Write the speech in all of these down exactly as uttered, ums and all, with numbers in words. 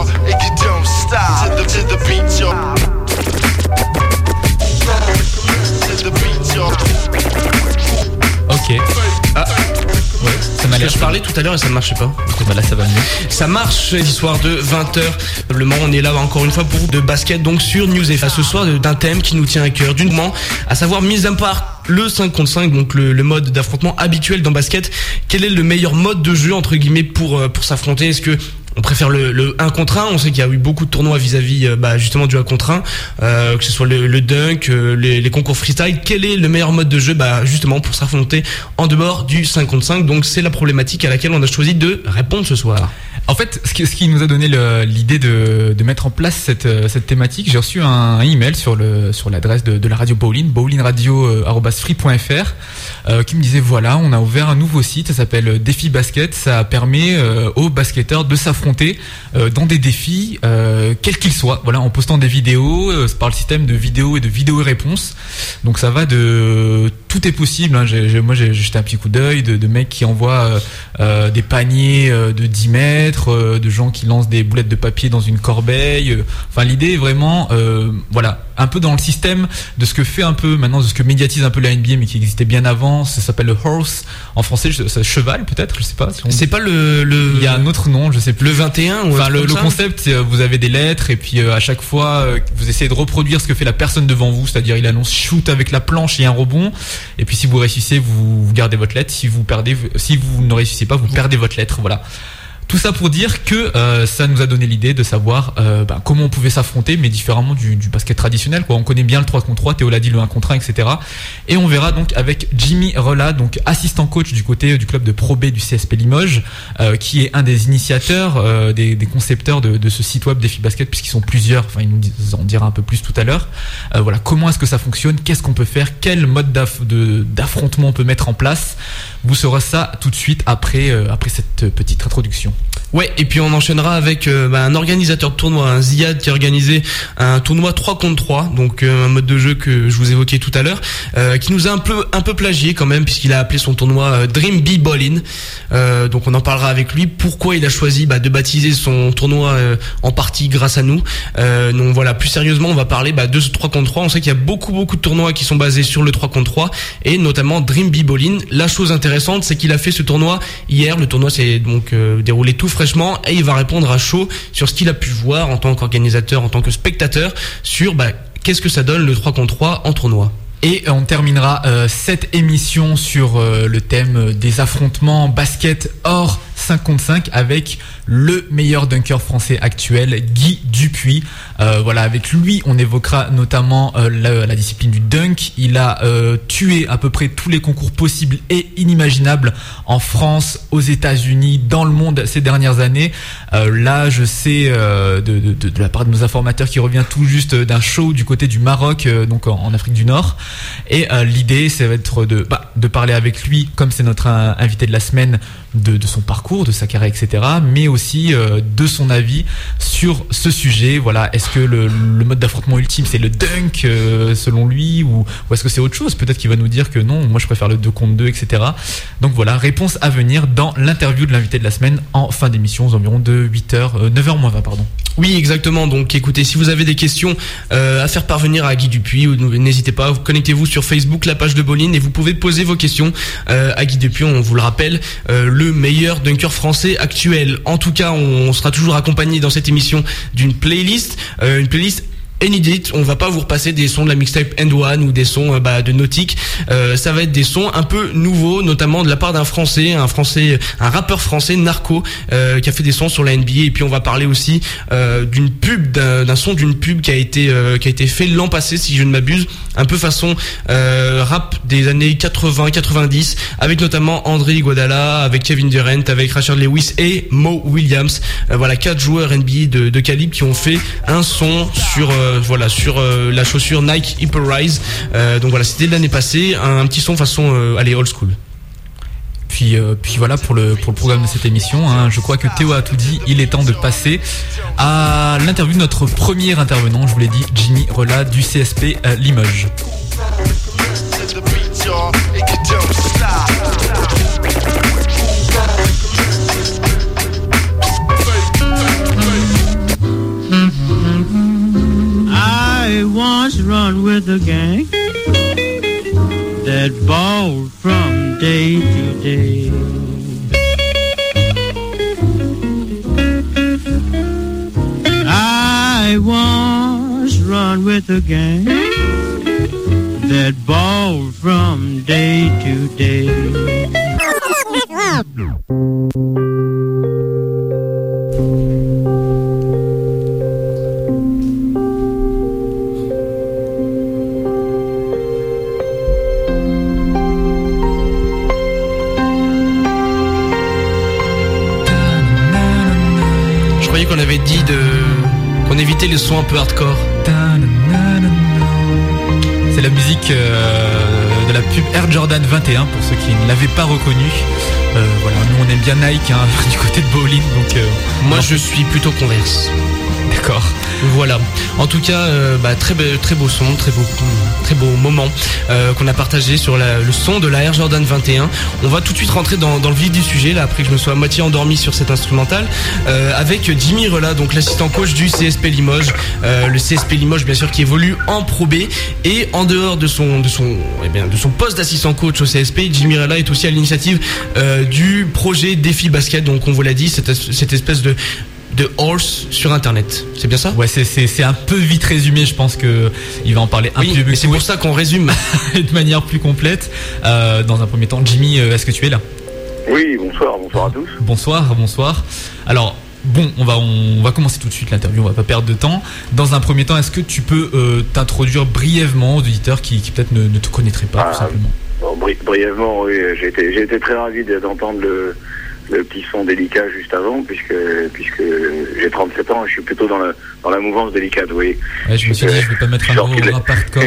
y'all, and you don't stop. To the, to the beat, y'all. To the beat, y'all. Ok. Ah. Ouais, ça m'a l'air. Je parlais tout à l'heure et ça ne marchait pas. Bah là, ça va mieux. Ça marche, l'histoire de vingt heures. Le moment, on est là encore une fois pour vous de basket, donc sur News F A ce soir, d'un thème qui nous tient à cœur, d'une moment, à savoir, mise à part le cinq contre cinq, donc le, le mode d'affrontement habituel dans basket. Quel est le meilleur mode de jeu, entre guillemets, pour, pour s'affronter? Est-ce que on préfère le, le un contre un? On sait qu'il y a eu beaucoup de tournois vis-à-vis bah, justement du un contre un, euh, que ce soit le, le dunk, euh, les, les concours freestyle. Quel est le meilleur mode de jeu bah, justement pour s'affronter en dehors du cinq contre cinq? Donc c'est la problématique à laquelle on a choisi de répondre ce soir. En fait, ce qui, ce qui nous a donné le, l'idée de, de mettre en place cette, cette thématique, j'ai reçu un, un email sur le sur l'adresse de, de la radio Bowling, bowlingradio arobase free point f r, euh, qui me disait voilà, on a ouvert un nouveau site, ça s'appelle Défi Basket, ça permet euh, aux basketteurs de s'affronter euh, dans des défis, euh, quels qu'ils soient, voilà, en postant des vidéos euh, par le système de vidéos et de vidéos-réponses. Donc ça va de tout est possible. Hein, j'ai, j'ai, moi j'ai jeté un petit coup d'œil de, de mecs qui envoient euh, euh, des paniers euh, de dix mètres. De gens qui lancent des boulettes de papier dans une corbeille. Enfin, l'idée est vraiment, euh, voilà, un peu dans le système de ce que fait un peu maintenant, de ce que médiatise un peu la N B A, mais qui existait bien avant. Ça s'appelle le horse. En français, c'est cheval peut-être, je sais pas. Si on... C'est pas le, le. Il y a un autre nom, je sais plus. Le vingt et un ou enfin, le, le ça concept, c'est, vous avez des lettres et puis euh, à chaque fois, euh, vous essayez de reproduire ce que fait la personne devant vous, c'est-à-dire il annonce shoot avec la planche et un rebond. Et puis si vous réussissez, vous, vous gardez votre lettre. Si vous perdez, si vous ne réussissez pas, vous perdez votre lettre. Voilà. Tout ça pour dire que euh, ça nous a donné l'idée de savoir euh, bah, comment on pouvait s'affronter, mais différemment du, du basket traditionnel, quoi. On connaît bien le trois contre trois, Théo l'a dit, le un contre un, et cetera. Et on verra donc avec Jimmy Rela, donc assistant coach du côté du club de Pro B du C S P Limoges, euh, qui est un des initiateurs, euh, des, des concepteurs de, de ce site web Défi Basket, puisqu'ils sont plusieurs. Enfin, il nous en dira un peu plus tout à l'heure. Euh, voilà, comment est-ce que ça fonctionne, qu'est-ce qu'on peut faire, quel mode d'aff- de, d'affrontement on peut mettre en place. Vous saurez ça tout de suite après, euh, après cette petite introduction. Ouais, et puis on enchaînera avec euh, bah, un organisateur de tournoi, un Ziad, qui a organisé un tournoi trois contre trois, donc euh, un mode de jeu que je vous évoquais tout à l'heure, euh, qui nous a un peu un peu plagié quand même, puisqu'il a appelé son tournoi euh, Dream B Ballin. Euh, donc on en parlera avec lui. Pourquoi il a choisi bah, de baptiser son tournoi euh, en partie grâce à nous. Euh, donc voilà, plus sérieusement, on va parler bah, de ce trois contre trois. On sait qu'il y a beaucoup beaucoup de tournois qui sont basés sur le trois contre trois, et notamment Dream B Ballin. La chose intéressante, c'est qu'il a fait ce tournoi hier. Le tournoi s'est donc euh, déroulé tout fraîchement, et il va répondre à chaud sur ce qu'il a pu voir en tant qu'organisateur, en tant que spectateur, sur bah, qu'est-ce que ça donne le trois contre trois en tournoi. Et on terminera euh, cette émission sur euh, le thème des affrontements basket hors cinq contre cinq avec le meilleur dunker français actuel, Guy Dupuis. Euh, voilà, avec lui, on évoquera notamment euh, la, la discipline du dunk. Il a euh, tué à peu près tous les concours possibles et inimaginables en France, aux États-Unis, dans le monde ces dernières années. Euh, là, je sais euh, de, de, de, de la part de nos informateurs qui revient tout juste d'un show du côté du Maroc, euh, donc en, en Afrique du Nord. Et euh, l'idée, ça va être de, bah, de parler avec lui, comme c'est notre euh, invité de la semaine, de, de son parcours, de sa carrière, et cetera. Mais aussi euh, de son avis sur ce sujet. Voilà, est-ce que le, le mode d'affrontement ultime, c'est le dunk euh, selon lui, ou, ou est-ce que c'est autre chose? Peut-être qu'il va nous dire que non, moi je préfère le deux contre deux, et cetera. Donc voilà, réponse à venir dans l'interview de l'invité de la semaine en fin d'émission, aux environs de huit heures, euh, neuf heures moins vingt, pardon. Oui, exactement. Donc écoutez, si vous avez des questions euh, à faire parvenir à Guy Dupuis, n'hésitez pas, connectez-vous sur Facebook, la page de Bowling, et vous pouvez poser vos questions euh, à Guy Dupuis. On vous le rappelle, euh, le meilleur dunker français actuel. En tout cas, on sera toujours accompagné dans cette émission d'une playlist, euh, une playlist inédit. On va pas vous repasser des sons de la mixtape End One ou des sons euh, bah, de Nautique. Euh, ça va être des sons un peu nouveaux, notamment de la part d'un Français, un Français, un rappeur français, Narco, euh, qui a fait des sons sur la N B A. Et puis on va parler aussi euh, d'une pub, d'un, d'un son d'une pub qui a été euh, qui a été fait l'an passé, si je ne m'abuse, un peu façon euh, rap des années quatre-vingts quatre-vingt-dix, avec notamment André Iguodala, avec Kevin Durant, avec Rashard Lewis et Mo Williams. Euh, voilà, quatre joueurs N B A de, de calibre qui ont fait un son sur euh, Euh, voilà, sur euh, la chaussure Nike Hyperrise. Euh, donc voilà, c'était l'année passée, un, un petit son façon euh, allez old school. Puis, euh, puis voilà pour le, pour le programme de cette émission, hein. Je crois que Théo a tout dit. Il est temps de passer à l'interview de notre premier intervenant, je vous l'ai dit, Jimmy Rela du C S P euh, Limoges. with a gang that balls from day to day. Je croyais qu'on avait dit de qu'on évitait les sons un peu hardcore. C'est la musique euh, de la pub Air Jordan vingt et un pour ceux qui ne l'avaient pas reconnu. Euh, voilà, nous on aime bien Nike hein, du côté de Bowling, donc. Euh, Moi non. je suis plutôt Converse. D'accord. Voilà. En tout cas, euh, bah, très be- très beau son, très beau très beau moment euh, qu'on a partagé sur la, le son de la Air Jordan vingt et un. On va tout de suite rentrer dans, dans le vif du sujet là après que je me sois à moitié endormi sur cet instrumental euh, avec Jimmy Rela, donc l'assistant coach du C S P Limoges, euh, le C S P Limoges bien sûr qui évolue en Pro B et en dehors de son de son eh bien de son poste d'assistant coach au C S P, Jimmy Rela est aussi à l'initiative euh, du projet Défi Basket. Donc on vous l'a dit, cette, cette espèce de de horse sur internet, c'est bien ça? Ouais, c'est c'est c'est un peu vite résumé. Je pense que il va en parler un Oui, peu plus. mais c'est pour ça qu'on résume de manière plus complète. Euh, dans un premier temps, Jimmy, euh, est-ce que tu es là? Oui, bonsoir, bonsoir à tous. Bonsoir, bonsoir. Alors. Bon, on va on va commencer tout de suite l'interview, on va pas perdre de temps. Dans un premier temps, est-ce que tu peux euh, t'introduire brièvement aux auditeurs qui, qui peut-être ne, ne te connaîtraient pas, Ah, tout simplement? Bon, bri- brièvement, oui, j'ai été, j'ai été très ravi de- d'entendre le, le petit son délicat juste avant, puisque puisque j'ai trente-sept ans et je suis plutôt dans la, dans la mouvance délicate, oui. Ouais, je me suis dit, je vais pas mettre un Sorti gros de- rap hardcore.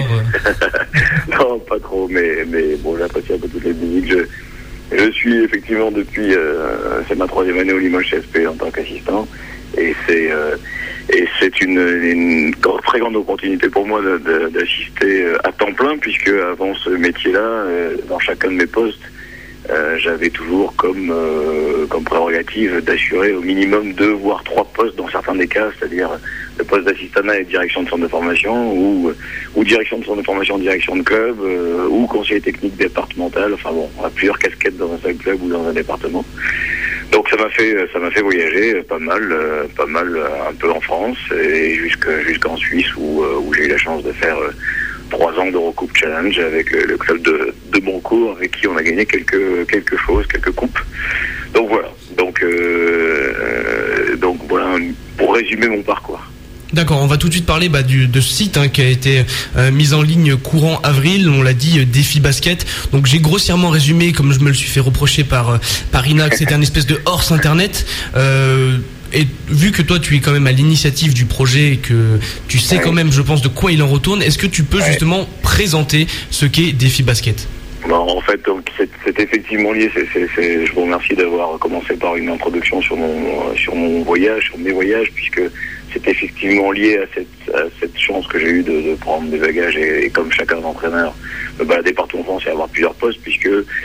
euh. Non, pas trop, mais, mais bon, j'apprécie un peu toutes les musiques. Je, je suis effectivement depuis, euh, c'est ma troisième année au Limoges C S P en tant qu'assistant, et c'est euh, et c'est une, une gr- très grande opportunité pour moi de- de- d'assister euh, à temps plein, puisque avant ce métier-là, euh, dans chacun de mes postes, euh, j'avais toujours comme euh, comme prérogative d'assurer au minimum deux voire trois postes dans certains des cas, c'est-à-dire le poste d'assistanat et direction de centre de formation, ou ou direction de centre de formation, direction de club, euh, ou conseiller technique départemental. Enfin bon, on a plusieurs casquettes dans un seul club ou dans un département. Donc ça m'a fait ça m'a fait voyager euh, pas mal, euh, pas mal euh, un peu en France et jusque- jusqu'en Suisse où euh, où j'ai eu la chance de faire euh, trois ans d'Eurocoupe Challenge avec le, le club de, de Boncourt, avec qui on a gagné quelques quelque chose, quelques coupes. Donc voilà. Donc euh, euh, donc voilà pour résumer mon parcours. D'accord, on va tout de suite parler bah, du, de ce site hein, qui a été euh, mis en ligne courant avril, on l'a dit, euh, Défi Basket. Donc j'ai grossièrement résumé, comme je me le suis fait reprocher par, euh, par Ina, que c'était un espèce de horse internet. Euh, et vu que toi tu es quand même à l'initiative du projet et que tu sais Ouais. quand même, je pense, de quoi il en retourne, est-ce que tu peux Ouais. justement présenter ce qu'est Défi Basket? Bon, en fait, donc c'est, c'est effectivement lié. C'est, c'est, c'est, je vous remercie d'avoir commencé par une introduction sur mon sur mon voyage, sur mes voyages, puisque c'est effectivement lié à cette à cette chance que j'ai eue de, de prendre des bagages et, et comme chacun d'entraîneur, me balader partout en France et avoir plusieurs postes, puisque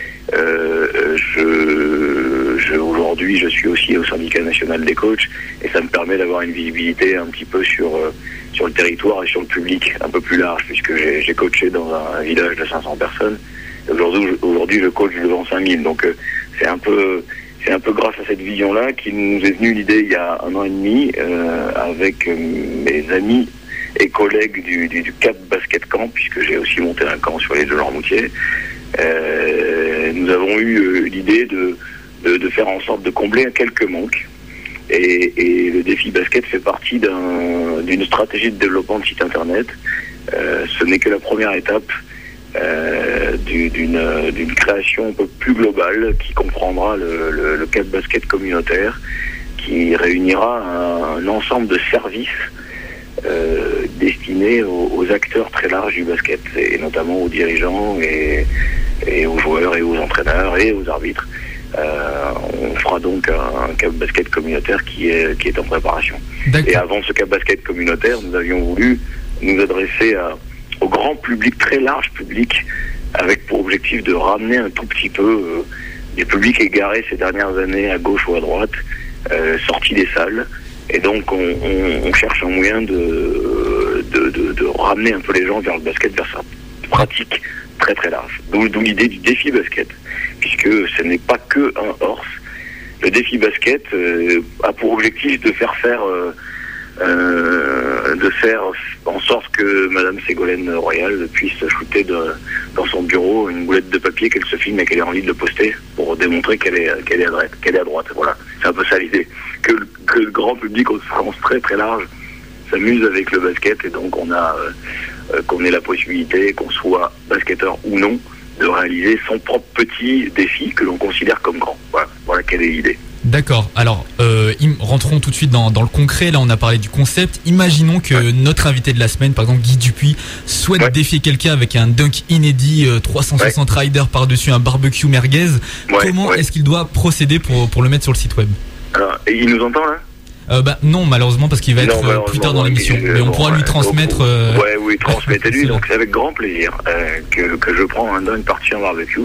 euh, je, je aujourd'hui je suis aussi au syndicat national des coachs et ça me permet d'avoir une visibilité un petit peu sur euh, sur le territoire et sur le public un peu plus large, puisque j'ai, j'ai coaché dans un village de cinq cents personnes. Aujourd'hui, je, aujourd'hui, je coach devant cinq mille, donc euh, c'est un peu, c'est un peu grâce à cette vision-là qu'il nous est venue l'idée il y a un an et demi euh, avec euh, mes amis et collègues du, du, du Cap Basket Camp, puisque j'ai aussi monté un camp sur les de Lormoutier. Euh, nous avons eu euh, l'idée de, de, de faire en sorte de combler quelques manques. Et, et le défi basket fait partie d'un, d'une stratégie de développement de site internet. Euh, ce n'est que la première étape euh, du, d'une, d'une création un peu plus globale qui comprendra le, le, le Cap Basket communautaire, qui réunira un, un ensemble de services euh, destinés aux, aux acteurs très larges du basket, et notamment aux dirigeants et, et aux joueurs et aux entraîneurs et aux arbitres. Euh, on fera donc un, un Cap Basket communautaire qui est, qui est en préparation. D'accord. Et avant ce Cap Basket communautaire, nous avions voulu nous adresser à, au grand public, très large public, avec pour objectif de ramener un tout petit peu euh, des publics égarés ces dernières années à gauche ou à droite, euh, sortis des salles. Et donc on, on, on cherche un moyen de, de, de, de ramener un peu les gens vers le basket, vers sa pratique très très large. D'où, d'où l'idée du défi basket, puisque ce n'est pas que un horse. Le défi basket euh, a pour objectif de faire faire euh, euh, euh, de faire en sorte que Madame Ségolène Royal puisse shooter de, dans son bureau une boulette de papier, qu'elle se filme et qu'elle ait envie de le poster pour démontrer qu'elle est, qu'elle est à droite, qu'elle est à droite. Voilà, c'est un peu ça l'idée. Que, que le grand public au sens très très large s'amuse avec le basket, et donc on a euh, qu'on ait la possibilité, qu'on soit basketteur ou non, de réaliser son propre petit défi que l'on considère comme grand. Voilà, voilà quelle est l'idée. D'accord. Alors, euh, im- rentrons tout de suite dans, dans le concret. Là, on a parlé du concept. Imaginons que ouais. notre invité de la semaine, par exemple Guy Dupuis, souhaite ouais. défier quelqu'un avec un dunk inédit, euh, trois cent soixante ouais. rider par-dessus un barbecue merguez. Ouais. Comment ouais. est-ce qu'il doit procéder pour, pour le mettre sur le site web ? Alors, et il nous entend là ? Euh, bah non, malheureusement, parce qu'il va être euh, plus tard dans l'émission, mais on bon, pourra lui transmettre. Donc, euh... ouais, oui, transmettez-lui. Donc c'est avec grand plaisir euh, que que je prends un dunk parti en barbecue.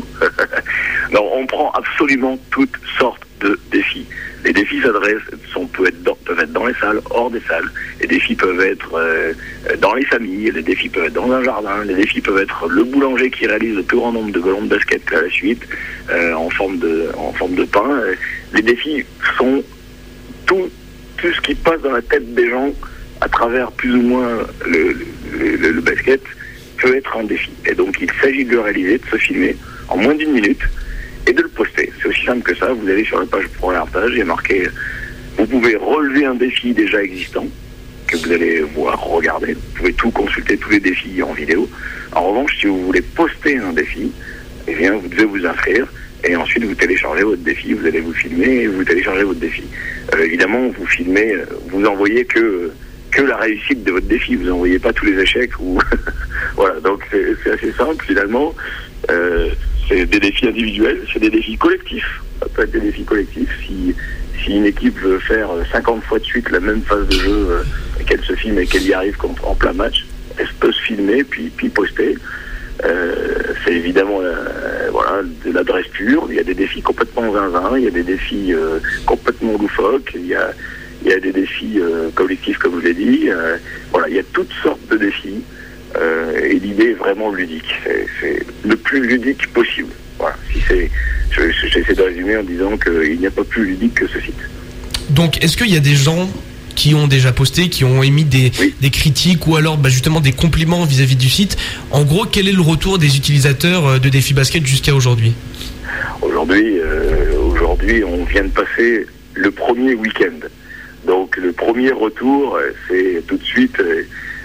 Non, on prend absolument toutes sortes de défis. Les défis s'adressent, sont peuvent être dans, peuvent être dans les salles, hors des salles. Les défis peuvent être euh, dans les familles. Les défis peuvent être dans un jardin. Les défis peuvent être le boulanger qui réalise le plus grand nombre de ballons de basket à la suite euh, en forme de en forme de pain. Les défis sont tout tout ce qui passe dans la tête des gens à travers plus ou moins le, le, le, le basket peut être un défi. Et donc il s'agit de le réaliser, de se filmer en moins d'une minute et de le poster. C'est aussi simple que ça. Vous allez sur la page première page, il y a marqué, vous pouvez relever un défi déjà existant que vous allez voir, regarder. Vous pouvez tout consulter, tous les défis en vidéo. En revanche, si vous voulez poster un défi, eh bien vous devez vous inscrire. Et ensuite, vous téléchargez votre défi, vous allez vous filmer et vous téléchargez votre défi. Euh, évidemment, vous filmez, vous envoyez que que la réussite de votre défi, vous envoyez pas tous les échecs. Ou voilà, donc c'est, c'est assez simple finalement. Euh, c'est des défis individuels, c'est des défis collectifs. Ça peut être des défis collectifs. Si si une équipe veut faire cinquante fois de suite la même phase de jeu, euh, et qu'elle se filme et qu'elle y arrive contre, en plein match, elle peut se filmer puis puis poster. Euh, c'est évidemment euh, voilà, de l'adresse pure. Il y a des défis complètement zinzin, il y a des défis euh, complètement loufoques, il y a, il y a des défis euh, collectifs comme je l'ai dit. Euh, voilà, il y a toutes sortes de défis euh, et l'idée est vraiment ludique. C'est, c'est le plus ludique possible. Voilà, si c'est, je, j'essaie de résumer en disant qu'il n'y a pas plus ludique que ce site. Donc, est-ce qu'il y a des gens qui ont déjà posté, qui ont émis des, oui. des critiques ou alors bah, justement des compliments vis-à-vis du site? En gros, quel est le retour des utilisateurs de Défi Basket jusqu'à aujourd'hui? Aujourd'hui, euh, aujourd'hui, on vient de passer le premier week-end. Donc le premier retour, c'est tout de suite, euh,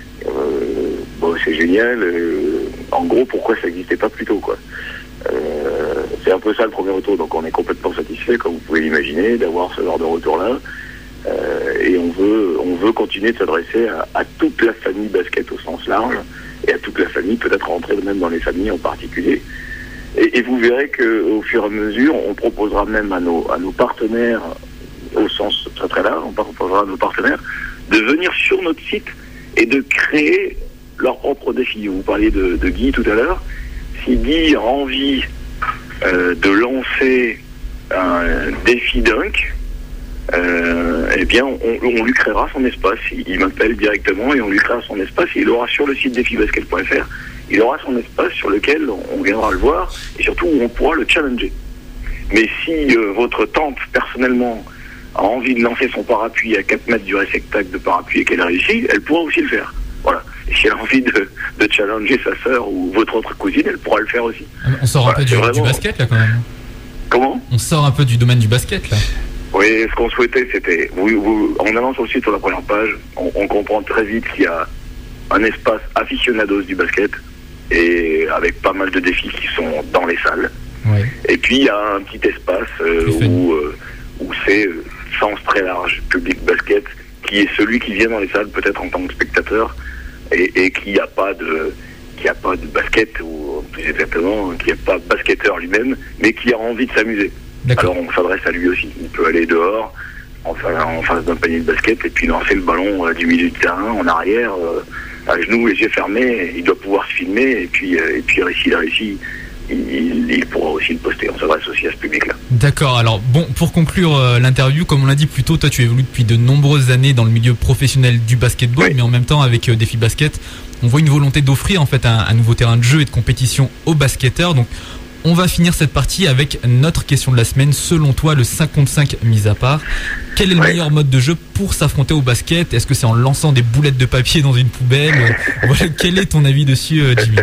bon, c'est génial. Euh, en gros, pourquoi ça n'existait pas plus tôt, quoi. Euh, c'est un peu ça le premier retour. Donc on est complètement satisfait, comme vous pouvez l'imaginer, d'avoir ce genre de retour-là. Euh, et on veut, on veut continuer de s'adresser à, à toute la famille basket au sens large et à toute la famille, peut-être rentrer même dans les familles en particulier. Et, et vous verrez qu'au fur et à mesure, on proposera même à nos, à nos partenaires, au sens très très large, on proposera à nos partenaires de venir sur notre site et de créer leur propre défi. Vous parliez de, de Guy tout à l'heure. Si Guy a envie euh, de lancer un défi dunk, Euh, eh bien, on, on lui créera son espace. Il, il m'appelle directement et on lui créera son espace. Et il aura sur le site défi basket point f r, il aura son espace sur lequel on, on viendra le voir et surtout où on pourra le challenger. Mais si euh, votre tante, personnellement, a envie de lancer son parapluie à quatre mètres du réceptacle de parapluie et qu'elle réussit, elle pourra aussi le faire. Voilà. Et si elle a envie de, de challenger sa sœur ou votre autre cousine, elle pourra le faire aussi. On sort voilà, un peu du, vraiment... du basket, là, quand même. Comment ? On sort un peu du domaine du basket, là. Oui, ce qu'on souhaitait, c'était, vous, vous, en allant sur le site sur la première page, on, on comprend très vite qu'il y a un espace aficionados du basket et avec pas mal de défis qui sont dans les salles. Oui. Et puis il y a un petit espace euh, où, euh, où c'est euh, sens très large, public basket, qui est celui qui vient dans les salles peut-être en tant que spectateur et, et qui n'a pas de qui a pas de basket ou plus exactement qui n'a pas basketteur lui-même, mais qui a envie de s'amuser. D'accord. Alors on s'adresse à lui aussi. Il peut aller dehors, en, en face d'un panier de basket, et puis lancer le ballon euh, du milieu du terrain, en arrière, euh, à genoux, les yeux fermés. Il doit pouvoir se filmer, et puis, euh, et puis s'il a réussi, il, il, il pourra aussi le poster. On s'adresse aussi à ce public-là. D'accord. Alors bon, pour conclure euh, l'interview, comme on l'a dit plus tôt, toi tu évolues depuis de nombreuses années dans le milieu professionnel du basketball, oui. mais en même temps avec euh, Défi Basket, on voit une volonté d'offrir en fait un, un nouveau terrain de jeu et de compétition aux basketteurs. Donc On va finir cette partie avec notre question de la semaine. Selon toi, le cinq contre cinq mis à part, quel est le Ouais. meilleur mode de jeu pour s'affronter au basket? Est-ce que c'est en lançant des boulettes de papier dans une poubelle? Voilà, quel est ton avis dessus, euh, Jimmy?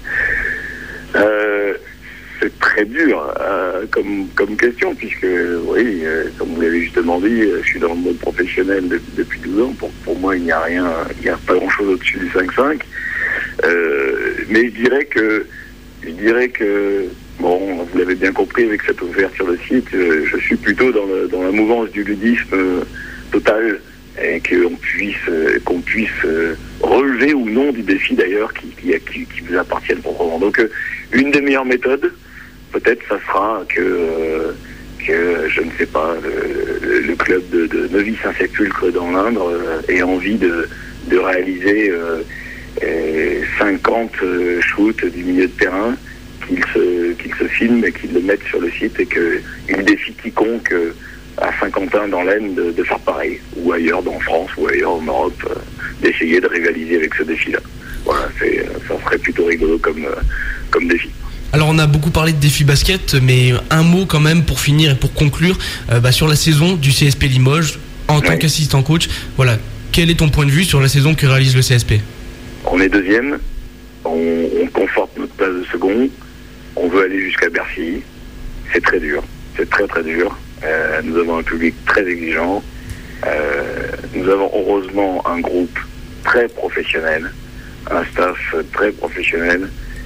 Euh, c'est très dur euh, comme, comme question, puisque, oui, euh, comme vous l'avez justement dit, euh, je suis dans le monde professionnel de- depuis douze ans. Pour, pour moi, il n'y a rien, il n'y a pas grand-chose au-dessus du cinq cinq. Euh, mais je dirais que, je dirais que, bon, vous l'avez bien compris avec cette ouverture de site, euh, je suis plutôt dans, le, dans la mouvance du ludisme euh, total, et qu'on puisse, euh, qu'on puisse euh, relever ou non du défi d'ailleurs qui, qui, qui, qui vous appartiennent proprement. Donc, euh, une des meilleures méthodes, peut-être, ça sera que, euh, que je ne sais pas, le, le club de, de Neuvy-Saint-Sépulcre dans l'Indre euh, ait envie de, de réaliser euh, euh, cinquante euh, shoots du milieu de terrain, qu'il se, qu'il se filme et qu'il le mette sur le site et qu'il défie quiconque euh, à Saint-Quentin dans l'Aisne de, de faire pareil, ou ailleurs dans France, ou ailleurs en Europe, euh, d'essayer de rivaliser avec ce défi-là. Voilà, c'est, ça serait plutôt rigolo comme, euh, comme défi. Alors on a beaucoup parlé de défi basket, mais un mot quand même pour finir et pour conclure euh, bah, sur la saison du C S P Limoges en tant Oui. qu'assistant coach. Voilà, quel est ton point de vue sur la saison que réalise le C S P? On est deuxième, on, on conforte notre place de second, on veut aller jusqu'à Bercy. C'est très dur, c'est très très dur. Euh, nous avons un public très exigeant. Euh, nous avons heureusement un groupe très professionnel, un staff très professionnel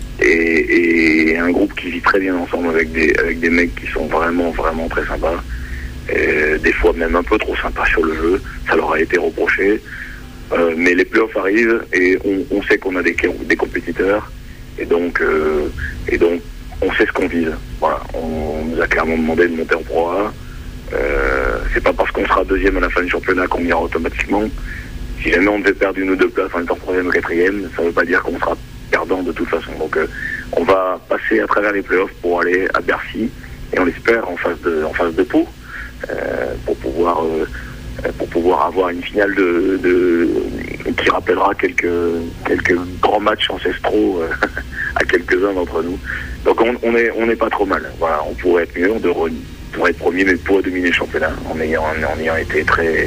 et, et un groupe qui vit très bien ensemble avec des, avec des mecs qui sont vraiment vraiment très sympas. Et des fois même un peu trop sympas sur le jeu, ça leur a été reproché. Euh, mais les playoffs arrivent et on, on sait qu'on a des, des compétiteurs et donc, euh, et donc on sait ce qu'on vise. Voilà, on, on nous a clairement demandé de monter en Pro A. Euh, c'est pas parce qu'on sera deuxième à la fin du championnat qu'on ira automatiquement. Si jamais on devait perdre une ou deux places en étant troisième ou quatrième, ça veut pas dire qu'on sera perdant de toute façon. Donc euh, on va passer à travers les playoffs pour aller à Bercy et on l'espère en phase de, en phase de poule euh, pour pouvoir euh, pour pouvoir avoir une finale de, de qui rappellera quelques quelques grands matchs ancestraux euh, à quelques-uns d'entre nous. Donc on, on est on n'est pas trop mal. Voilà, on pourrait être mieux, on devrait, pourrait être premier, mais pour dominer le championnat en ayant en ayant été très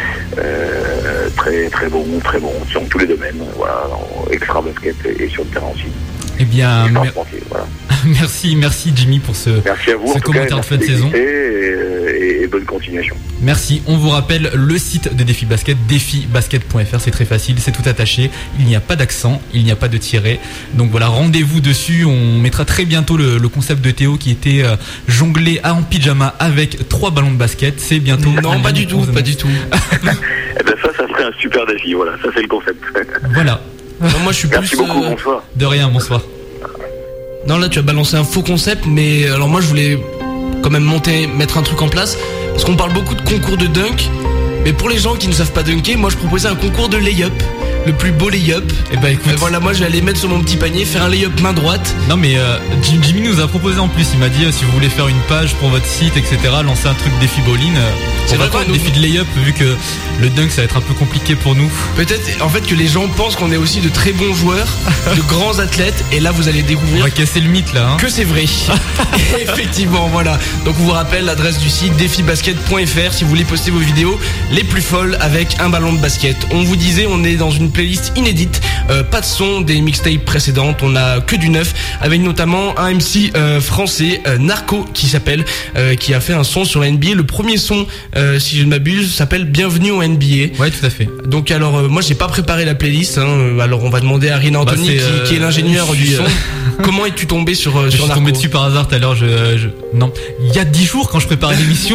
euh, très très bon, très bon sur tous les domaines. Voilà, en extra basket et, et sur le terrain aussi. Eh bien, Extra mer- sportif, voilà. merci, merci Jimmy pour ce, Merci à vous. ce en tout cas, commentaire de fin de merci saison. d'écouter Et, et, et bonne continuation. Merci. On vous rappelle le site de Défi Basket, défi basket point f r. C'est très facile, c'est tout attaché. Il n'y a pas d'accent, il n'y a pas de tiret. Donc voilà, rendez-vous dessus. On mettra très bientôt le, le concept de Théo qui était euh, jonglé en pyjama avec trois ballons de basket. C'est bientôt. Non, pas du tout, pas du tout. Eh ben ça, ça serait un super défi. Voilà, ça c'est le concept. Voilà. Non, moi je suis Merci plus. beaucoup. euh, Bonsoir. De rien, bonsoir. Non, là tu as balancé un faux concept, mais alors moi je voulais quand même monter, mettre un truc en place, parce qu'on parle beaucoup de concours de dunk, mais pour les gens qui ne savent pas dunker, moi je proposais un concours de lay-up, le plus beau lay-up. Et bah écoute. Et voilà, moi je vais aller mettre sur mon petit panier, faire un lay-up main droite. Non mais euh, Jim- Jimmy nous a proposé en plus, il m'a dit euh, si vous voulez faire une page pour votre site, et cetera, lancer un truc défi bowling. Euh, C'est on va vrai faire qu'on un défi de lay-up vu que le dunk ça va être un peu compliqué pour nous. Peut-être en fait que les gens pensent qu'on est aussi de très bons joueurs, de grands athlètes, et là vous allez On découvrir va casser le mythe là. Hein. que c'est vrai. Effectivement, voilà. Donc on vous rappelle l'adresse du site défi basket point f r si vous voulez poster vos vidéos les plus folles avec un ballon de basket. On vous disait, on est dans une playlist inédite, euh, pas de son des mixtapes précédentes, on a que du neuf, avec notamment un M C euh, français, euh, Narco, qui s'appelle, euh, qui a fait un son sur la N B A. Le premier son, euh, si je ne m'abuse, s'appelle Bienvenue au N B A. Ouais, tout à fait. Donc alors euh, moi j'ai pas préparé la playlist, hein. Alors on va demander à Rina Anthony Bah, c'est, qui, euh, qui est l'ingénieur je du suis, son. euh, Comment es-tu tombé sur euh, Je sur suis Narco? tombé dessus par hasard tout à l'heure. Je, je- non, il y a dix jours quand je préparais l'émission,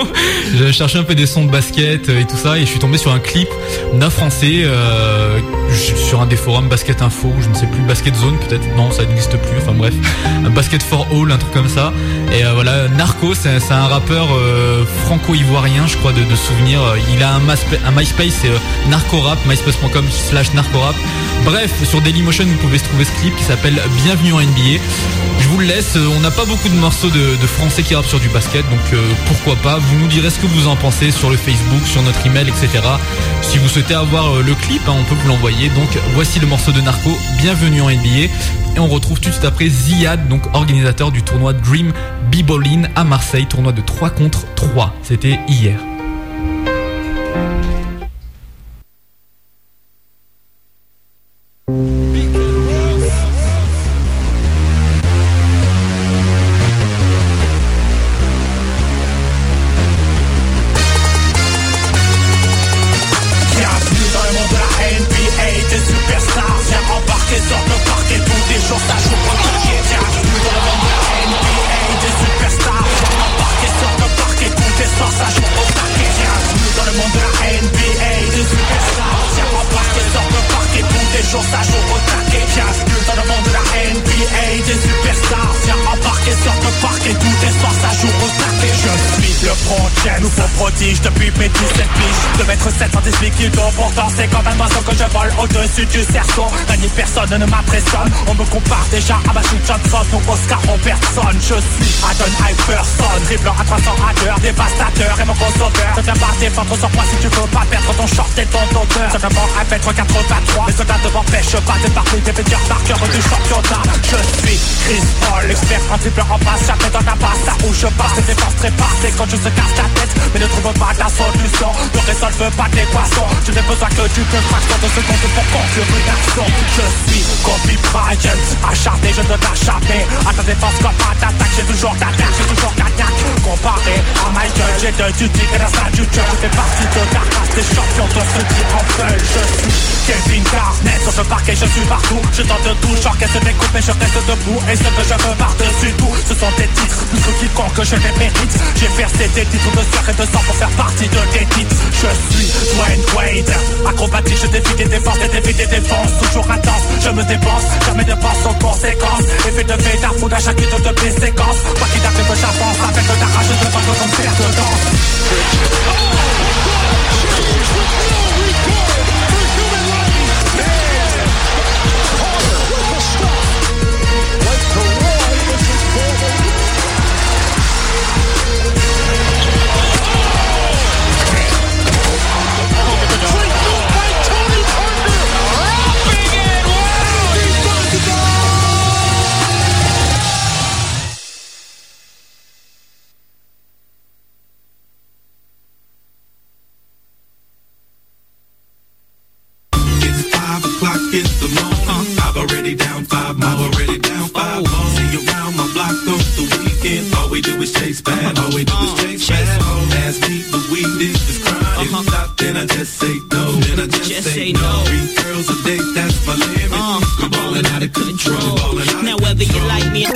je cherchais un peu des sons de basket euh, et tout ça, et je suis tombé sur un clip d'un Français euh, je- sur un des forums Basket Info, ou je ne sais plus, Basket Zone peut-être. Non, ça n'existe plus. Enfin bref, un Basket for All, un truc comme ça. Et euh, voilà, Narco, c'est c'est un rappeur euh, franco-ivoirien, je crois, de, de souvenir. Il a un, maspa- un MySpace, c'est euh, Narcorap, myspace point com slash Narcorap. Bref, sur Dailymotion, vous pouvez se trouver ce clip qui s'appelle Bienvenue en N B A. Je vous vous le laisse. On n'a pas beaucoup de morceaux de, de français qui rappent sur du basket, donc euh, pourquoi pas. Vous nous direz ce que vous en pensez sur le Facebook, sur notre email, et cetera. Si vous souhaitez avoir euh, le clip, hein, on peut vous l'envoyer. Donc voici le morceau de Narco, Bienvenue en N B A. Et on retrouve tout de suite après Ziad, donc organisateur du tournoi Dream B-Ball-In à Marseille, tournoi de trois contre trois. C'était hier. Personne ne m'impressionne, on me compare déjà à Magic Johnson ou Oscar Robertson. Je suis Adon Iverson, dribblant à trois cents à l'heure, dévastateur et mon consommeur. Ne viens pas défendre sur moi si tu veux pas perdre ton short et ton odeur. Simplement un mètre quatre-vingt-trois, les soldats ne m'empêchent pas de parler des meilleurs marqueurs du championnat. Je suis Chris Paul, expert en dribble en passe, jamais dans la passe, là où je passe, les défenses très passées quand je se casse la tête, mais ne trouve pas la solution, ne résolve pas l'équation. Je n'ai besoin que d'une fraction de seconde pour conclure une action. Je suis Kobe Bryant, acharné, je ne lâche jamais. À ta défense comme à l'attaque, j'ai toujours d'attaque, j'ai toujours gagnac. Comparé à Michael, j'ai de duty et la salle du cœur. Je fais partie de la race des champions de ce qui en veulent. Je suis Kevin Garnett, sur ce parquet je suis partout. Je tente tout, j'encaisse des coupes mais je reste debout. Et ce que je veux par-dessus tout, ce sont des titres, plus que quiconque je les mérite. J'ai versé des titres de sueur et de sang pour faire partie de des titres. Je suis Dwayne Wade, acrobatique, je défie des défenses, des défis des défenses. Toujours intense, je me dépense, jamais ne pense aux conséquences. Effet de fait d'arfoud à chacune de mes séquences. Quoi qu'il arrive, j'avance avec de la rage de votre comme faire de danse. It's the morning. I've already down five, I've already down five. Oh. See you around my block on the weekend. All we do is chase bad, all we do is chase bad. Ask me the weed is this crime. If you stop, then I just say no. Then I just, just say, say no. Three girls a day, that's my limit. Uh, I'm ballin' out of control. Out now whether you like me.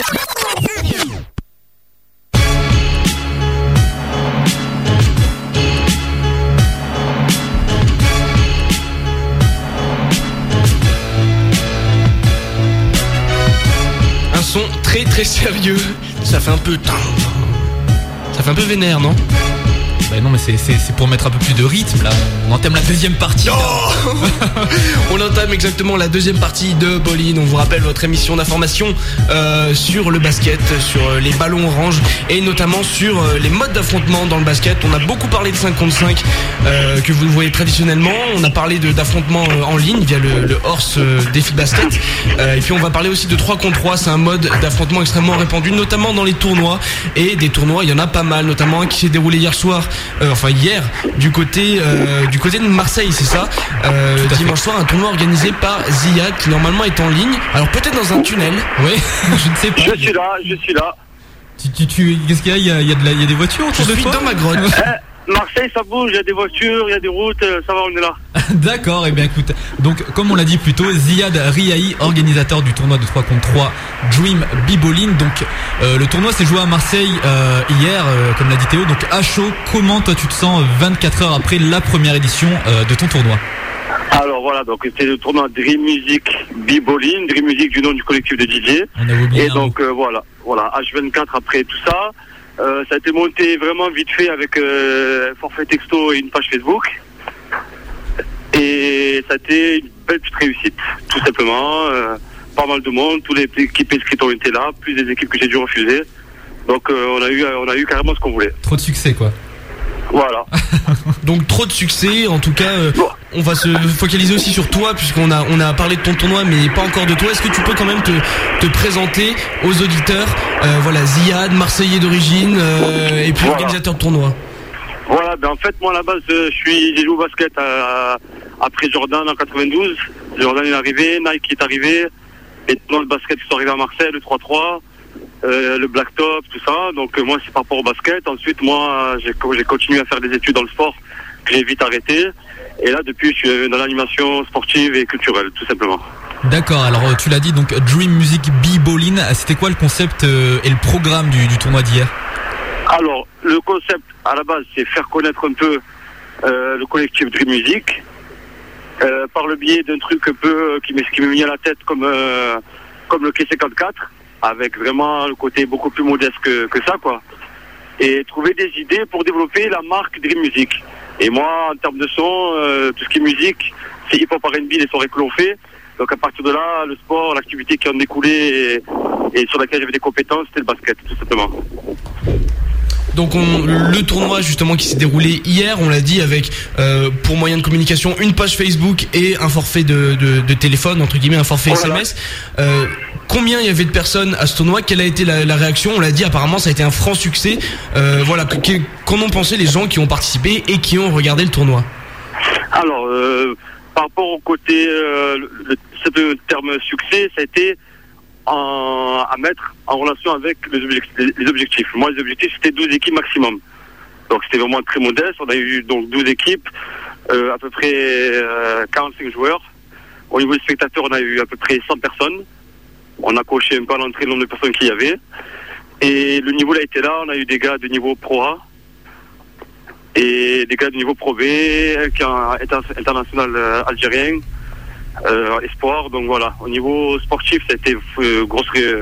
Très très sérieux, ça fait un peu ça fait un peu vénère, non? Bah non mais c'est, c'est, c'est pour mettre un peu plus de rythme là. On entame la deuxième partie. Oh on entame exactement la deuxième partie de Ball-In. On vous rappelle votre émission d'information euh, sur le basket, sur les ballons orange et notamment sur euh, les modes d'affrontement dans le basket. On a beaucoup parlé de cinq contre cinq euh, que vous voyez traditionnellement. On a parlé de, d'affrontement euh, en ligne via le, le Horse euh, Défi Basket euh, et puis on va parler aussi de trois contre trois. C'est un mode d'affrontement extrêmement répandu notamment dans les tournois, et des tournois il y en a pas mal, notamment un qui s'est déroulé hier soir Euh, enfin hier du côté euh, du côté de Marseille, c'est ça, euh, dimanche soir, un tournoi organisé par Ziad qui normalement est en ligne, alors peut-être dans un tunnel. Oui, je ne sais pas. Je suis là, je suis là. Tu, tu, tu, qu'est-ce qu'il y a? Il y a, il y a, de la, il y a des voitures autour je de toi? Je suis dans ma grotte. Eh, Marseille, ça bouge, il y a des voitures, il y a des routes, ça va, on est là. D'accord, et eh bien écoute, donc comme on l'a dit plus tôt, Ziad Riahi, organisateur du tournoi de trois contre trois Dream B-Ball-In. Donc euh, le tournoi s'est joué à Marseille euh, hier, euh, comme l'a dit Théo, donc à chaud. Comment toi tu te sens vingt-quatre heures après la première édition euh, de ton tournoi? Alors voilà, donc c'était le tournoi Dream Music B-Ball-In, Dream Music du nom du collectif de D J. On a oublié. Et donc euh, voilà, voilà, H vingt-quatre après tout ça. Euh, ça a été monté vraiment vite fait avec euh, un forfait texto et une page Facebook. Et ça a été une belle petite réussite, tout simplement. Euh, pas mal de monde, toutes les équipes inscrites ont été là, plus des équipes que j'ai dû refuser. Donc euh, on a eu on a eu carrément ce qu'on voulait. Trop de succès quoi. Voilà. Donc trop de succès, en tout cas euh, bon. On va se focaliser aussi sur toi puisqu'on a, on a parlé de ton tournoi mais pas encore de toi. Est-ce que tu peux quand même te, te présenter aux auditeurs, euh, voilà, Ziad, Marseillais d'origine euh, et puis voilà. Organisateur de tournoi. Voilà, ben en fait moi à la base euh, je suis j'ai joué au basket à, après Jordan en quatre-vingt-douze. Jordan est arrivé, Nike est arrivé, et dans le basket ils sont arrivés à Marseille, le trois trois. Euh, le blacktop, tout ça. Donc euh, moi c'est par rapport au basket. Ensuite moi j'ai, j'ai continué à faire des études dans le sport que j'ai vite arrêté. Et là depuis je suis dans l'animation sportive et culturelle tout simplement. D'accord, alors tu l'as dit, donc Dream Music B-Ballin, c'était quoi le concept euh, et le programme du, du tournoi d'hier? Alors le concept à la base c'est faire connaître un peu euh, le collectif Dream Music euh, par le biais d'un truc un peu qui m'est, qui m'est mis à la tête comme, euh, comme le K cinquante-quatre, avec vraiment le côté beaucoup plus modeste que, que ça, quoi. Et trouver des idées pour développer la marque Dream Music. Et moi, en termes de son, euh, tout ce qui est musique, c'est hip-hop R and B, les soirées que l'on fait. Donc à partir de là, le sport, l'activité qui en découlait et, et sur laquelle j'avais des compétences, c'était le basket, tout simplement. Donc on, le tournoi justement qui s'est déroulé hier, on l'a dit, avec euh, pour moyen de communication une page Facebook et un forfait de, de, de téléphone, entre guillemets, un forfait oh là là. S M S. Euh, combien il y avait de personnes à ce tournoi? Quelle a été la, la réaction? On l'a dit, apparemment ça a été un franc succès. Euh, voilà, que, que, qu'en ont pensé les gens qui ont participé et qui ont regardé le tournoi? Alors, euh, par rapport au côté, euh, le, le terme succès, ça a été en, à mettre en relation avec les objectifs, les objectifs. Moi, les objectifs, c'était douze équipes maximum. Donc, c'était vraiment très modeste. On a eu donc douze équipes, euh, à peu près euh, quarante-cinq joueurs. Au niveau des spectateurs, on a eu à peu près cent personnes. On a coché un peu à l'entrée le nombre de personnes qu'il y avait. Et le niveau, là, était là. On a eu des gars de niveau Pro A et des gars de niveau Pro B, qui est international euh, algérien. Euh, espoir, donc voilà. Au niveau sportif, ça a été euh, gros,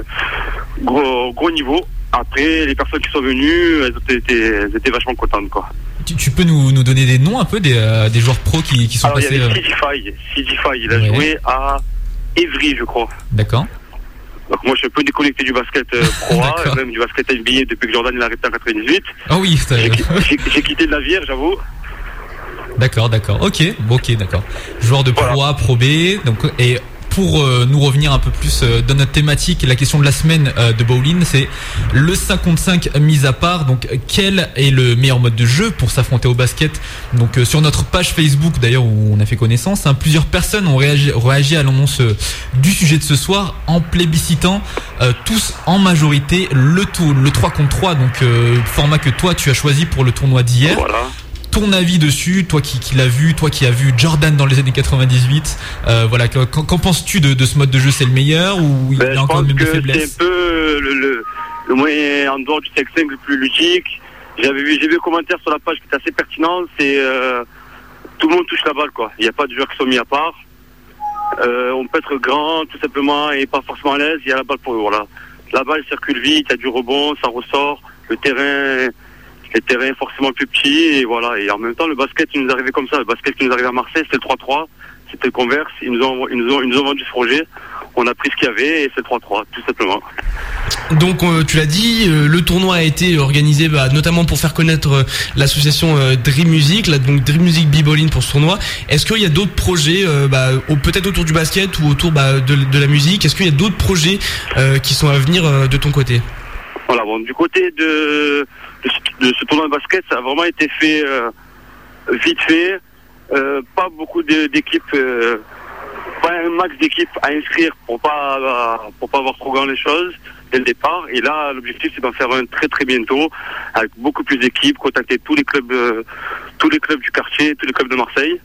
gros, gros niveau. Après, les personnes qui sont venues, elles étaient, elles étaient vachement contentes, quoi. Tu, tu peux nous, nous donner des noms un peu des, euh, des joueurs pros qui, qui sont Alors, passés. Il y avait euh... Sidify. Sidify, il a ouais. joué à Évry, je crois. D'accord. Donc moi, je suis un peu déconnecté du basket euh, pro A, même du basket N B A depuis que Jordan il a arrêté en quatre-vingt-dix-huit. Ah oui, c'est... J'ai, j'ai, j'ai quitté de la Vierge, j'avoue. D'accord, d'accord. Ok, bon, ok, d'accord. Joueur de Pro Voilà. A, Pro B. Donc, et pour euh, nous revenir un peu plus euh, dans notre thématique, la question de la semaine euh, de bowling, c'est le cinq contre cinq mis à part. Donc, quel est le meilleur mode de jeu pour s'affronter au basket? Donc, euh, sur notre page Facebook, d'ailleurs, où on a fait connaissance, hein, plusieurs personnes ont réagi, réagi à l'annonce euh, du sujet de ce soir en plébiscitant euh, tous en majorité le, tour, le trois contre trois, donc euh, format que toi tu as choisi pour le tournoi d'hier. Voilà. Ton avis dessus, toi qui, qui l'as vu, toi qui as vu Jordan dans les années quatre-vingt-dix-huit, euh, voilà, qu'en, qu'en penses-tu de, de ce mode de jeu? C'est le meilleur ou il Ben, y a encore même des je pense que faiblesses? c'est un peu le, le, le moyen en dehors du sex cinq le plus ludique. J'avais vu, j'ai vu un commentaire sur la page qui était assez pertinent, c'est euh, tout le monde touche la balle, quoi. Il n'y a pas de joueurs qui sont mis à part. Euh, on peut être grand, tout simplement, et pas forcément à l'aise, il y a la balle pour eux, voilà. La balle circule vite, il y a du rebond, ça ressort, le terrain... Les terrains forcément plus petits, et voilà. Et en même temps, le basket qui nous arrivait comme ça, le basket qui nous arrivait à Marseille, c'était le trois trois, c'était le Converse. Ils nous ont, ils nous ont, ils nous ont vendu ce projet. On a pris ce qu'il y avait et c'est le trois trois, tout simplement. Donc euh, tu l'as dit, euh, le tournoi a été organisé bah, notamment pour faire connaître euh, l'association euh, Dream Music, là, donc Dream Music B-Ballin pour ce tournoi. Est-ce qu'il y a d'autres projets, euh, bah, au, peut-être autour du basket ou autour bah, de, de la musique? Est-ce qu'il y a d'autres projets euh, qui sont à venir euh, de ton côté? Voilà, bon, du côté de, de, ce, de ce tournoi de basket, ça a vraiment été fait euh, vite fait. Euh, pas beaucoup de, d'équipes, euh, pas un max d'équipes à inscrire pour pas pour pas avoir trop grand les choses dès le départ. Et là, l'objectif c'est d'en faire un très très bientôt avec beaucoup plus d'équipes, contacter tous les clubs, euh, tous les clubs du quartier, tous les clubs de Marseille,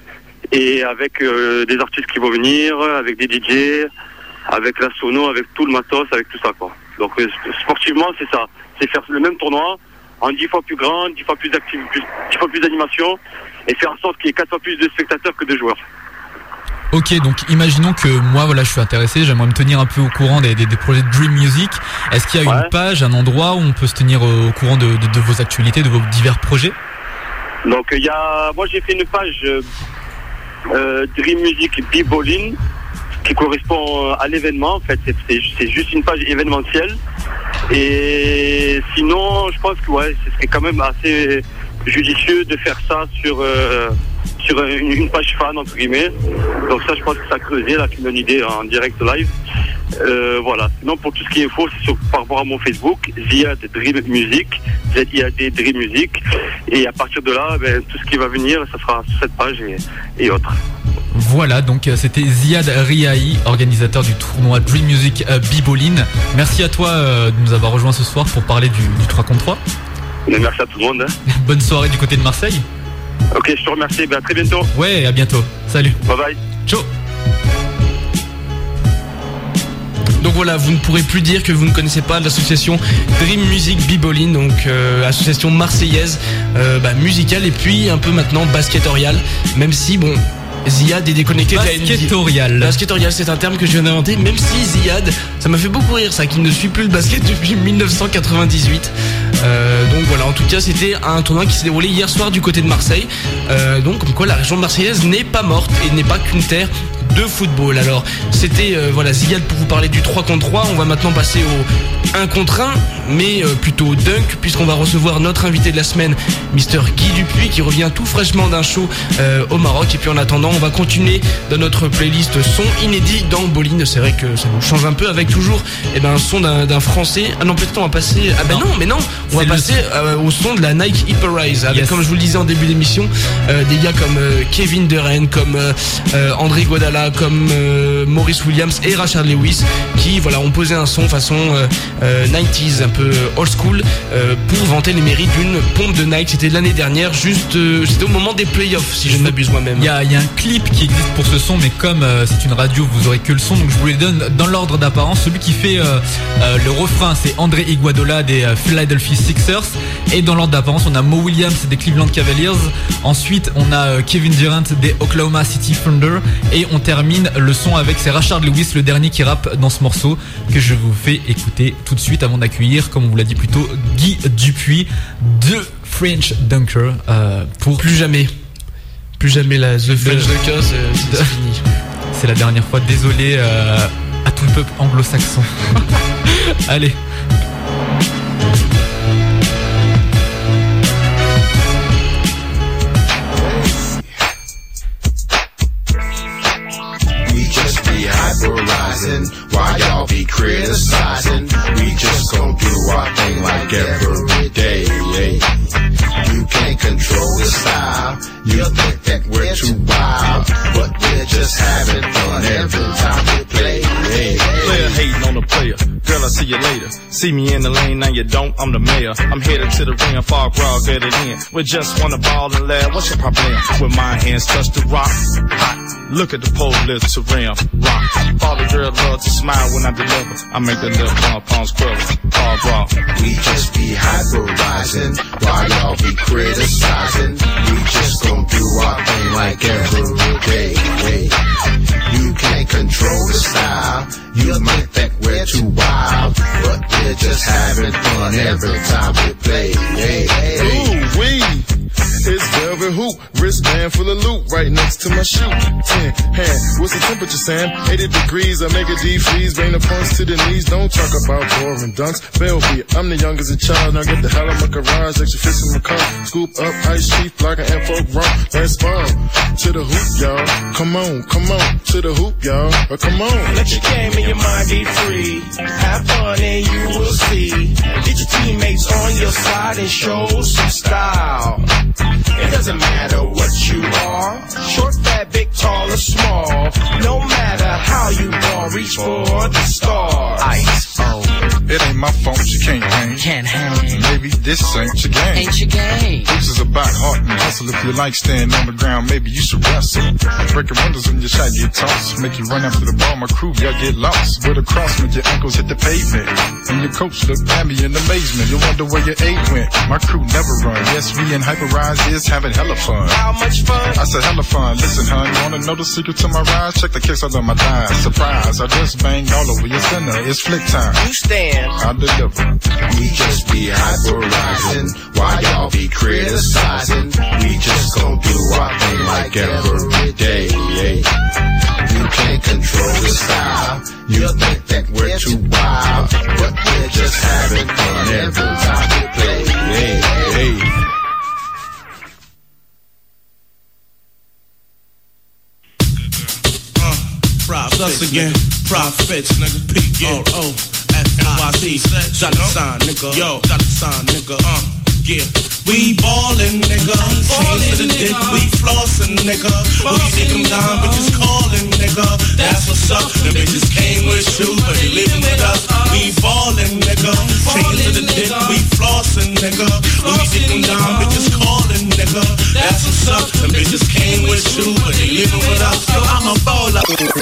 et avec euh, des artistes qui vont venir, avec des D J, avec la sono, avec tout le matos, avec tout ça, quoi. Donc euh, sportivement c'est ça, c'est faire le même tournoi en dix fois plus grand, dix fois plus d'actif, plus, dix fois plus d'animation, et faire en sorte qu'il y ait quatre fois plus de spectateurs que de joueurs. Ok, donc imaginons que moi voilà je suis intéressé, j'aimerais me tenir un peu au courant des, des, des projets de Dream Music. Est-ce qu'il y a ouais. une page, un endroit où on peut se tenir au courant de, de, de vos actualités, de vos divers projets? Donc il y a, moi j'ai fait une page euh, Dream Music B-Ballin qui correspond à l'événement. En fait, c'est, c'est, c'est juste une page événementielle. Et sinon, je pense que ouais, ce serait quand même assez judicieux de faire ça sur euh, sur une, une page fan entre guillemets. Donc ça, je pense que ça a creusé là, une bonne idée en direct live. Euh, voilà. Sinon, pour tout ce qui est info, c'est sur, par rapport à mon Facebook, Ziad Dream Music, Z I A D Dream Music. Et à partir de là, ben, tout ce qui va venir, ça sera sur cette page et, et autres. Voilà, donc euh, c'était Ziad Riahi, organisateur du tournoi Dream Music euh, Biboline. Merci à toi euh, de nous avoir rejoints ce soir pour parler du, du trois contre trois. Mais merci à tout le monde. Hein. Bonne soirée du côté de Marseille. Ok, je te remercie. Ben, à très bientôt. Ouais, à bientôt. Salut. Bye bye. Ciao. Donc voilà, vous ne pourrez plus dire que vous ne connaissez pas l'association Dream Music Biboline, donc euh, association marseillaise euh, bah, musicale et puis un peu maintenant basketoriale, même si bon... Ziad est déconnecté de la N B A. Basketorial. Basketorial, c'est un terme que je viens d'inventer, même si Ziad, ça m'a fait beaucoup rire ça, qu'il ne suit plus le basket depuis dix-neuf cent quatre-vingt-dix-huit. Euh, donc voilà, en tout cas, c'était un tournoi qui s'est déroulé hier soir du côté de Marseille. Euh, donc comme quoi la région marseillaise n'est pas morte et n'est pas qu'une terre de football. Alors c'était euh, voilà Ziad pour vous parler du trois contre trois. On va maintenant passer au un contre un, mais euh, plutôt dunk, puisqu'on va recevoir notre invité de la semaine, Mister Guy Dupuis, qui revient tout fraîchement d'un show euh, au Maroc. Et puis en attendant, on va continuer dans notre playlist son inédit dans Boline. C'est vrai que ça nous change un peu avec toujours eh ben, un son d'un, d'un français. Ah non, peut-être on va passer... Ah ben non, non mais non, on c'est va passer euh, au son de la Nike Hyperize, avec yes. Comme je vous le disais en début d'émission, euh, des gars comme euh, Kevin Durant, comme euh, euh, André Godala, comme euh, Maurice Williams et Rashard Lewis, qui voilà ont posé un son façon euh, euh, quatre-vingt-dix, un peu old school, euh, pour vanter les mérites d'une pompe de Nike. C'était l'année dernière, juste euh, c'était au moment des playoffs, si je ne m'abuse moi-même. Il y a, y a un clip qui existe pour ce son, mais comme euh, c'est une radio, vous aurez que le son, donc je vous les donne dans l'ordre d'apparence. Celui qui fait euh, euh, le refrain, c'est André Iguodala des euh, Philadelphia Sixers, et dans l'ordre d'apparence, on a Mo Williams des Cleveland Cavaliers. Ensuite, on a euh, Kevin Durant des Oklahoma City Thunder, et on termine le son avec c'est Rashard Lewis, le dernier qui rappe dans ce morceau que je vous fais écouter tout de suite avant d'accueillir, comme on vous l'a dit plus tôt, Guy Dupuis de French Dunker euh, pour plus jamais. Plus jamais la The French Dunker, c'est, c'est fini. C'est la dernière fois, désolé euh, à tout le peuple anglo-saxon. Allez. We just be hyperizing while y'all be criticizing. We just gon' do our thing like every day. You can't control the style. You think that we're too wild, but we're just having fun every time we play. Hey, player hating on the player. Girl, I see you later. See me in the lane, now you don't. I'm the mayor. I'm headed to the ring, far raw, get it in. We just wanna ball and laugh. What's your problem? With my hands touch the rock. Hot. Look at the pole, lift to rim. Rock. All the girls love to smile when I deliver. I make the little pump palms quiver. Far raw. We just be hyperizing while y'all be criticizing. We just gon' do our thing like every day. Hey. You can't control the style. You might think we're too wild, but we're just having fun every time we play. Hey, hey. Ooh, wee. It's velvet hoop, wristband full of loot, right next to my shoe. Ten hand, what's the temperature, Sam? eighty degrees, I make a defreeze, bring the points to the knees. Don't talk about boring dunks. Velvet, I'm the youngest a child, now get the hell out of my garage, extra fish in my car. Scoop up, ice chief, blocking and folk rum. Let's ball to the hoop, y'all. Come on, come on, to the hoop, y'all. Oh, come on. Let your game and your mind be free. Have fun and you will see. Get your teammates on your side and show some style. It doesn't matter what you are, short, fat, big, tall, or small. No matter how you ball, reach for the stars. Ice. Oh, it ain't my fault you can't hang. Can't hang. Maybe this ain't your game. Ain't your game. This is about heart and hustle. If you like staying on the ground, maybe you should wrestle. Breaking windows when your shot get tossed. Make you run after the ball, my crew, y'all get lost. With a cross when your ankles hit the pavement. And your coach look at me in amazement. You wonder where your eight went. My crew never run. Yes, we in Hyperize is having hella fun. How much fun? I said hella fun. Listen, hun, wanna know the secret to my rise? Check the kicks under my thighs. Surprise, I just banged all over your center. It's flick time. You stand. I deliver. We just be hyperizing while y'all be criticizing. We just gon' do our thing like every day. You can't control the style. You think that we're too wild, but we're just having fun every time we play. Hey, hey. Uh, Prophets, us again. Prophets, nigga. P O O F N Y C. Dollar sign, nigga. Yo, dollar sign, nigga. Uh. Yeah, we ballin', nigga. Chains to the dick, we flossin', nigga. We take them down, bitches callin', nigga. That's what's up. The bitches came with shoes, but they living with us. We ballin', nigga. Chains to the dick, we flossin', nigga. We take them down, bitches callin', nigga. That's what's up. The bitches came with shoes, but they living with us. Yo, I'm a baller.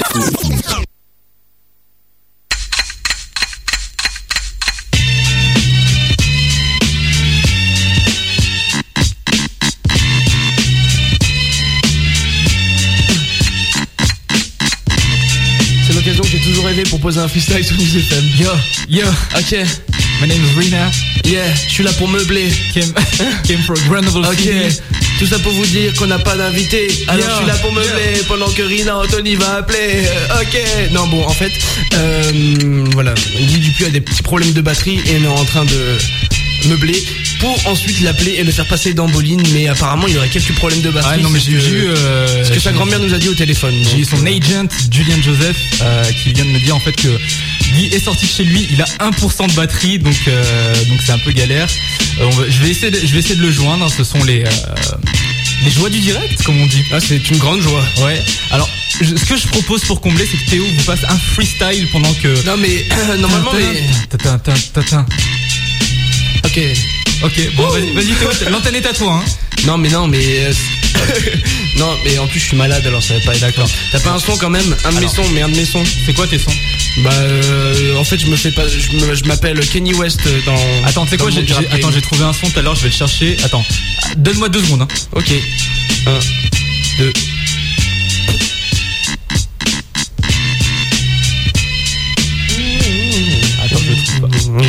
J'ai toujours rêvé pour poser un freestyle sur News F M. Yo, yo, ok. My name is Rina. Yeah, je suis là pour meubler. Came, came from Grenoble Ok. City. Tout ça pour vous dire qu'on n'a pas d'invité. Alors Yo, je suis là pour meubler yo. pendant que Rina Anthony va appeler. Euh, ok. Non bon, en fait, euh, voilà. Guy Dupuis a des petits problèmes de batterie et on est en train de meubler pour ensuite l'appeler et le faire passer dans Boline, mais apparemment il aurait quelques problèmes de batterie. Ah non mais j'ai que- eu euh, ce que sa grand-mère nous a dit au téléphone. J'ai eu Donc, son euh, agent Julian Joseph euh, qui vient de me dire en fait que Guy est sorti de chez lui, il a un pour cent de batterie, donc euh, donc c'est un peu galère. Euh, on va, je vais essayer de, je vais essayer de le joindre. Ce sont les euh, les joies du direct, comme on dit. Ah, c'est une grande joie. Ouais. Alors je, ce que je propose pour combler, c'est que Théo vous fasse un freestyle pendant que. Non mais normalement les. Tatin, tatin, tatin. Ok. Ok. Bon vas-y, vas-y Théo, l'antenne est à toi. Hein. Non mais non mais euh, non mais en plus je suis malade alors ça va pas être d'accord. T'as pas un son quand même, un de mes Alors. sons, mais un de mes sons. C'est quoi tes sons? Bah euh, en fait je me fais pas, je me- je m'appelle Kenny West dans. Attends, tu sais dans quoi, le j'ai, monde du j'ai- rap game. attends, j'ai trouvé un son tout à l'heure, je vais le chercher. Attends, donne-moi deux secondes. Hein. Ok. Un, deux. Attends, je le trouve pas.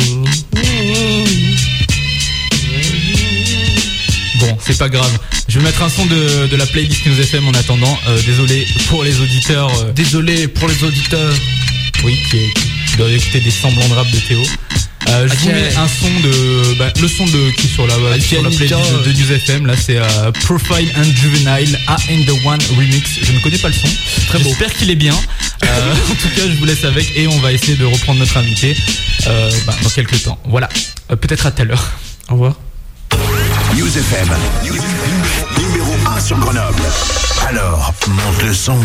Bon, c'est pas grave. Je vais mettre un son de, de la playlist News F M en attendant. Euh, désolé pour les auditeurs. euh, Désolé pour les auditeurs. oui, qui, qui doivent écouter des semblants de rap de Théo. Euh, je Ok. vous mets un son de, bah, le son de qui est sur la, Ah, sur la Anita, playlist de, de News F M. Là, c'est euh, Profile and Juvenile A and the One Remix. Je ne connais pas le son. Très beau. J'espère qu'il est bien. Euh, en tout cas, je vous laisse avec et on va essayer de reprendre notre invité euh, bah, dans quelques temps. Voilà. Euh, peut-être à tout à l'heure. Au revoir. News F M, numéro un sur Grenoble. Alors, monte le son.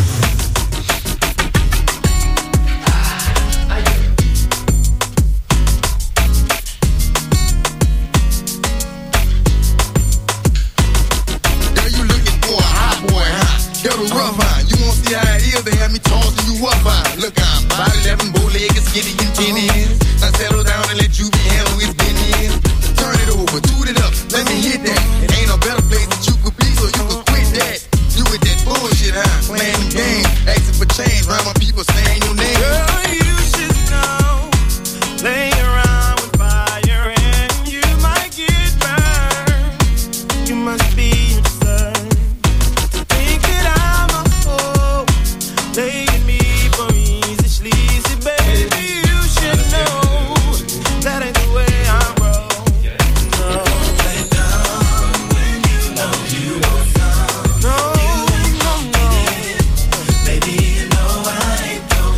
Girl, you looking for a hot boy, huh? You're the rough eye. You won't see how it is. They have me tossing you up high. Look, I'm five eleven, bow-legged, skinny and tinny. Now settle down and let you be handled with business. Turn it over, toot it up, let me hit that. It ain't no better place that you could be, so you can quit that. You with that bullshit, huh? Playing the game, asking for change, round my people saying your name. Girl, you should know. Play around with fire and you might get burned. You must be absurd to think that I'm a hoe. Playing me for easy, sleazy, baby. You should know that ain't the way I roll. No, play down when you know you are no, no, no. Baby, you know I ain't the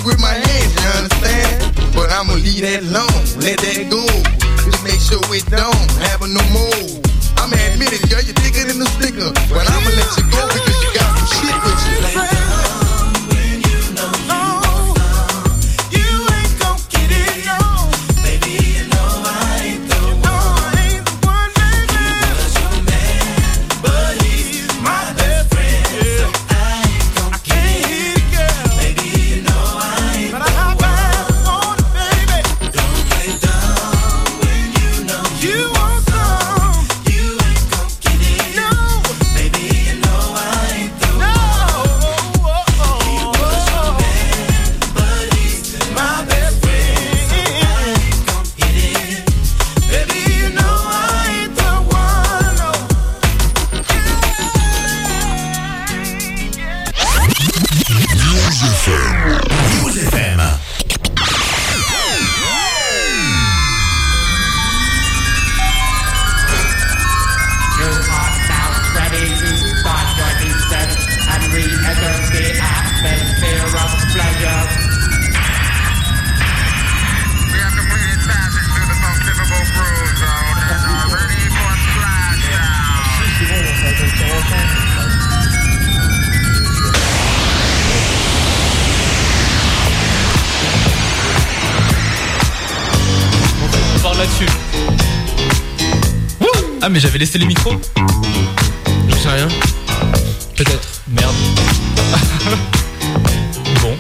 with my hands, you understand? But I'ma leave that alone, let that go. Just make sure it don't happen no more. I'ma admit it, girl, you're thicker than a sticker. But I'ma let you go because you got some shit with you. Ah mais j'avais laissé les micros. Je sais rien. Peut-être. Merde. Bon.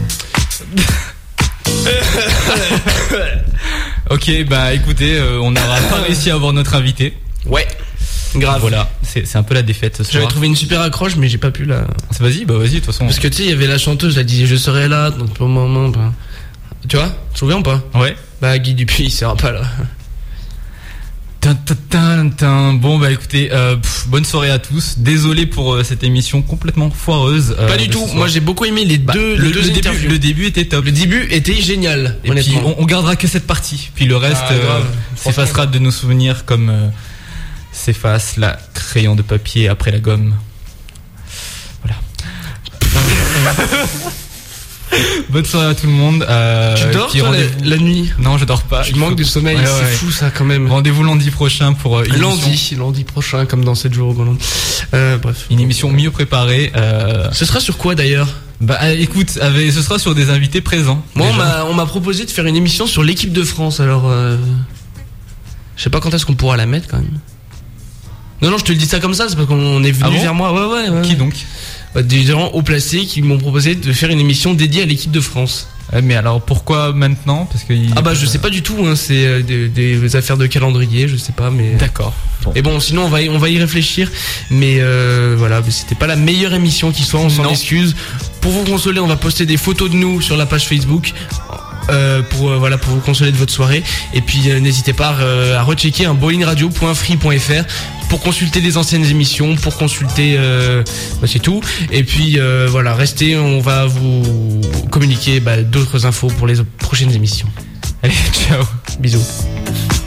Ok, bah écoutez, euh, on n'aura pas réussi à avoir notre invité. Ouais. Grave. Voilà, c'est, c'est un peu la défaite ce soir. J'avais trouvé une super accroche mais j'ai pas pu la... Vas-y, bah vas-y de toute façon. Parce que tu sais, il y avait la chanteuse, elle disait je serai là, donc pour le moment, bah... Tu vois, tu te souviens ou pas? Ouais. Bah Guy Dupuis, il sera pas là. Tin, tin, tin, tin. Bon bah écoutez, euh, pff, bonne soirée à tous. Désolé pour euh, cette émission complètement foireuse. Pas euh, du tout. Moi j'ai beaucoup aimé les bah, deux, le, les deux le début. interviews. Le début était top. Le début était génial. Et puis on, on gardera que cette partie. Puis le reste ah, euh, s'effacera de nos souvenirs comme euh, s'efface la crayon de papier après la gomme. Voilà. Bonne soirée à tout le monde. Euh, tu dors toi, la, la nuit? Non, je dors pas. Tu manques de sommeil, ouais, c'est ouais. fou ça quand même. Rendez-vous lundi prochain pour euh, une lundi, émission... lundi prochain comme dans sept jours au Golan. Euh, bref, une émission mieux préparée. Euh... Ce sera sur quoi d'ailleurs? Bah euh, écoute, avec, ce sera sur des invités présents. Moi on m'a, on m'a proposé de faire une émission sur l'équipe de France. Alors, euh... je sais pas quand est-ce qu'on pourra la mettre quand même. Non non, je te le dis ça comme ça, c'est parce qu'on est venu ah bon vers moi. Ouais ouais. ouais. Qui donc? Des gens haut placés qui m'ont proposé de faire une émission dédiée à l'équipe de France. Ouais, mais alors pourquoi maintenant? Parce que ah bah je sais pas du tout, hein, c'est euh, des, des affaires de calendrier, je sais pas, mais d'accord. Bon. Et bon, sinon on va y, on va y réfléchir, mais euh, voilà, mais c'était pas la meilleure émission qui soit, on s'en excuse. Pour vous consoler, on va poster des photos de nous sur la page Facebook. Euh, pour euh, voilà pour vous consoler de votre soirée et puis euh, n'hésitez pas euh, à rechecker un bowling radio point free point f r pour consulter les anciennes émissions, pour consulter euh, bah, c'est tout et puis euh, voilà restez, on va vous communiquer bah, d'autres infos pour les prochaines émissions. Allez, ciao, bisous.